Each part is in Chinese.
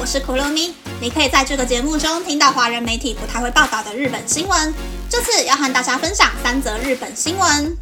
我是库鲁咪。你可以在这个节目中听到华人媒体不太会报道的日本新闻。这次要和大家分享3则日本新闻。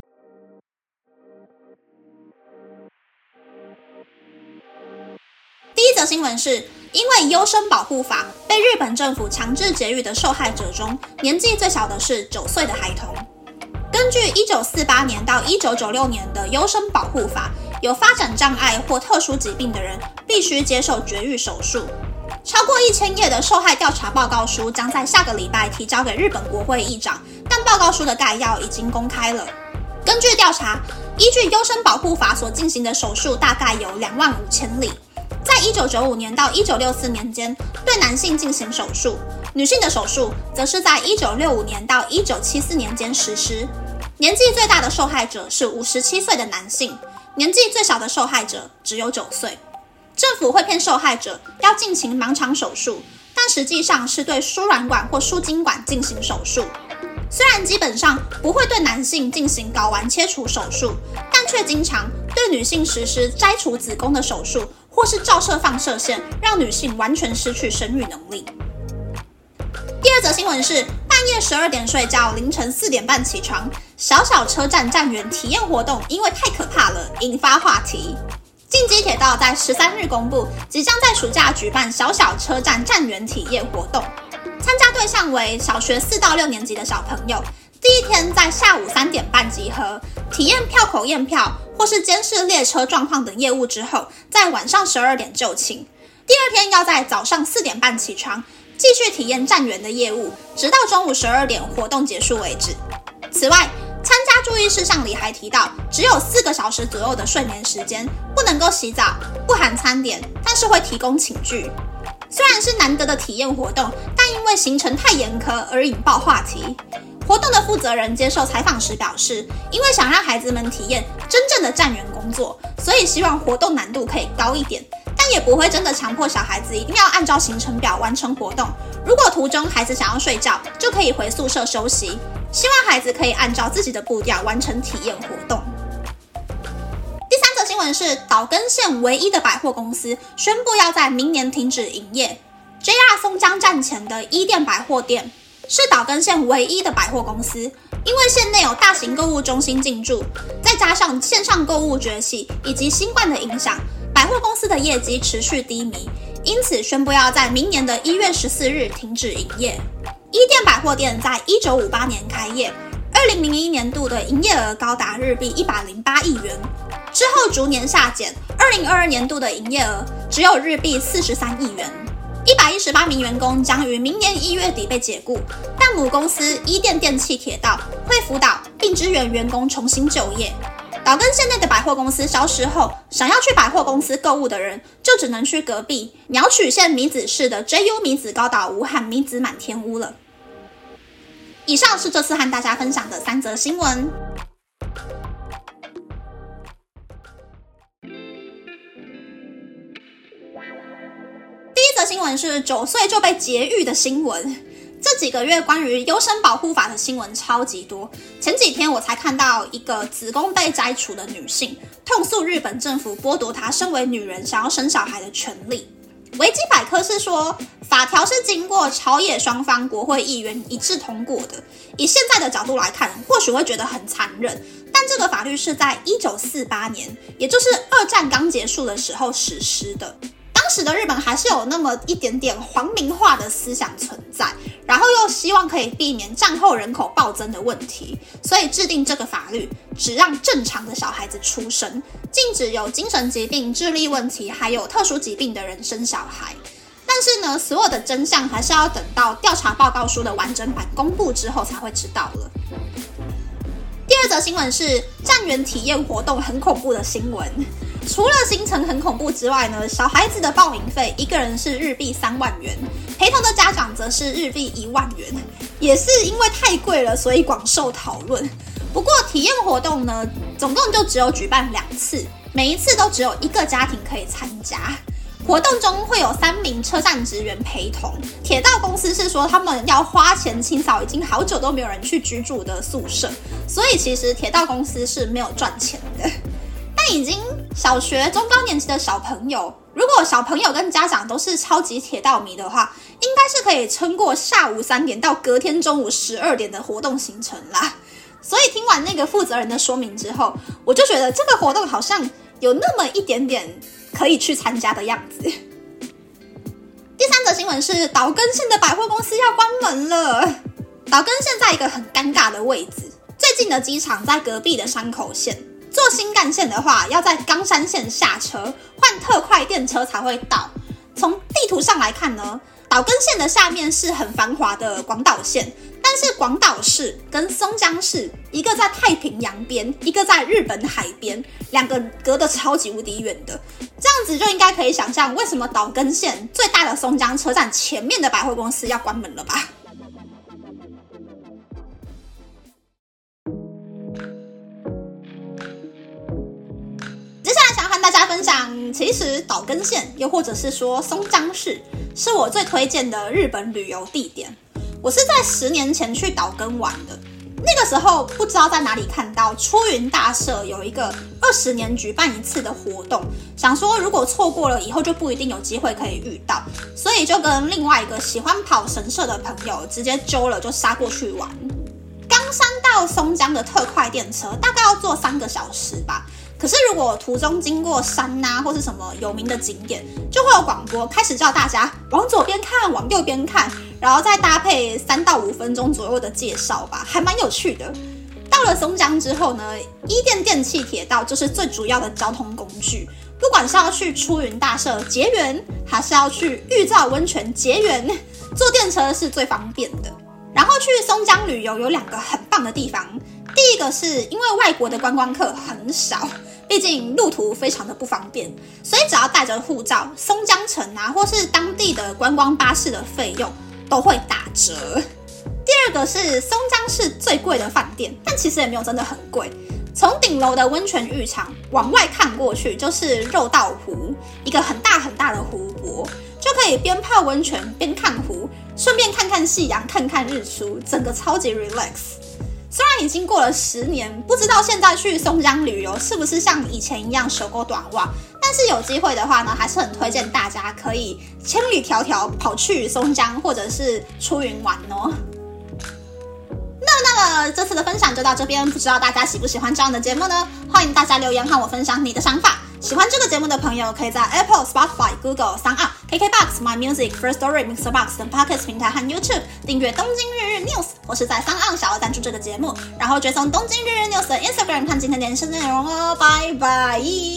第一则新闻是，因为优生保护法被日本政府强制节育的受害者中，年纪最小的是9岁的孩童。根据1948年到1996年的优生保护法，有发展障碍或特殊疾病的人必须接受绝育手术。超过1000页的受害调查报告书将在下个礼拜提交给日本国会议长，但报告书的概要已经公开了。根据调查，依据优生保护法所进行的手术大概有25000例。在1995年到1964年间，对男性进行手术，女性的手术则是在1965年到1974年间实施。年纪最大的受害者是57岁的男性，年纪最小的受害者只有9岁。政府会骗受害者要进行盲肠手术，但实际上是对输卵管或输精管进行手术。虽然基本上不会对男性进行睾丸切除手术，但却经常对女性实施摘除子宫的手术，或是照射放射线，让女性完全失去生育能力。第二则新闻是，半夜12点睡觉，凌晨4点半起床，小小车站站员体验活动因为太可怕了，引发话题。近畿铁道在13日公布，即将在暑假举办小小车站站员体验活动，参加对象为小学4到6年级的小朋友。第一天在下午3点半集合，体验票口验票或是监视列车状况等业务之后，在晚上12点就寝。第二天要在早上4点半起床，继续体验站员的业务，直到中午12点活动结束为止。此外，参加注意事项里还提到，只有4个小时左右的睡眠时间，不能够洗澡，不含餐点，但是会提供寝具。虽然是难得的体验活动，但因为行程太严苛而引爆话题。活动的负责人接受采访时表示，因为想让孩子们体验真正的站员工作，所以希望活动难度可以高一点，但也不会真的强迫小孩子一定要按照行程表完成活动。如果途中孩子想要睡觉，就可以回宿舍休息。希望孩子可以按照自己的步调完成体验活动。第3则新闻是，岛根县唯一的百货公司宣布要在明年停止营业。JR 松江站前的伊店百货店是岛根县唯一的百货公司，因为县内有大型购物中心进驻，再加上线上购物崛起以及新冠的影响，百货公司的业绩持续低迷，因此宣布要在明年的1月14日停止营业。伊店百货店在1958年开业，2001年度的营业额高达日币108亿元，之后逐年下减，2022年度的营业额只有日币43亿元。118名员工将于明年1月底被解雇，但母公司伊电电气铁道会辅导并支援员工重新就业。岛根县内的百货公司消失后，想要去百货公司购物的人就只能去隔壁鸟取县米子市的 JU 米子高岛屋和米子满天屋了。以上是这次和大家分享的3则新闻。第一则新闻是9岁就被节育的新闻。这几个月关于优生保护法的新闻超级多，前几天我才看到一个子宫被摘除的女性痛诉日本政府剥夺她身为女人想要生小孩的权利。维基百科是说，法条是经过朝野双方国会议员一致通过的。以现在的角度来看，或许会觉得很残忍，但这个法律是在1948年，也就是2战刚结束的时候实施的。当时的日本还是有那么一点点皇民化的思想存在，然后又希望可以避免战后人口暴增的问题，所以制定这个法律，只让正常的小孩子出生，禁止有精神疾病、智力问题还有特殊疾病的人生小孩。但是呢，所有的真相还是要等到调查报告书的完整版公布之后才会知道了。第2则新闻是站员体验活动很恐怖的新闻。除了行程很恐怖之外呢，小孩子的报名费一个人是日币3万元，陪同的家长则是日币1万元，也是因为太贵了，所以广受讨论。不过体验活动呢，总共就只有举办2次，每一次都只有1个家庭可以参加。活动中会有3名车站职员陪同，铁道公司是说他们要花钱清扫已经好久都没有人去居住的宿舍，所以其实铁道公司是没有赚钱的。但已经小学中高年级的小朋友，如果果小朋友跟家长都是超级铁道迷的话，应该是可以撑过下午3点到隔天中午12点的活动行程啦。所以听完那个负责人的说明之后，我就觉得这个活动好像有那么一点点可以去参加的样子。第3则新闻是岛根县的百货公司要关门了。岛根县在一个很尴尬的位置，最近的机场在隔壁的山口县，坐新干线的话要在冈山县下车，换特快电车才会到。从地图上来看呢，岛根县的下面是很繁华的广岛县，但是广岛市跟松江市，一个在太平洋边，一个在日本海边，两个隔得超级无敌远的。这样子就应该可以想象为什么岛根县最大的松江车站前面的百货公司要关门了吧。接下来想要和大家分享，其实岛根县又或者是说松江市是我最推荐的日本旅游地点。我是在10年前去岛根玩的，那个时候不知道在哪里看到出云大社有一个20年举办一次的活动，想说如果错过了以后就不一定有机会可以遇到，所以就跟另外一个喜欢跑神社的朋友直接揪了就杀过去玩。冈山到松江的特快电车大概要坐3个小时吧，可是如果途中经过山啊或是什么有名的景点，就会有广播开始叫大家往左边看往右边看，然后再搭配3到5分钟左右的介绍吧，还蛮有趣的。到了松江之后呢，伊电电气铁道就是最主要的交通工具，不管是要去出云大社结缘，还是要去玉造温泉结缘，坐电车是最方便的。然后去松江旅游有2个很棒的地方，第一个是因为外国的观光客很少，毕竟路途非常的不方便，所以只要带着护照，松江城啊或是当地的观光巴士的费用都会打折。第二个是松江市最贵的饭店，但其实也没有真的很贵。从顶楼的温泉浴场往外看过去就是肉道湖，一个很大很大的湖泊，就可以边泡温泉边看湖，顺便看看夕阳看看日出，整个超级 relax。虽然已经过了10年，不知道现在去松江旅游是不是像以前一样手勾短袜，但是有机会的话呢，还是很推荐大家可以千里迢迢跑去松江或者是出云玩哦。那么这次的分享就到这边，不知道大家喜不喜欢这样的节目呢？欢迎大家留言和我分享你的想法。喜欢这个节目的朋友，可以在 Apple、Spotify、Google、SoundOn、KKBox、My Music、Firstory、Mixerbox 等 Podcast 平台和 YouTube 订阅东京日日 News， 或是在 SoundOn 小额赞助这个节目，然后追踪东京日日 News 的 Instagram 看今天连线内容哦。拜拜。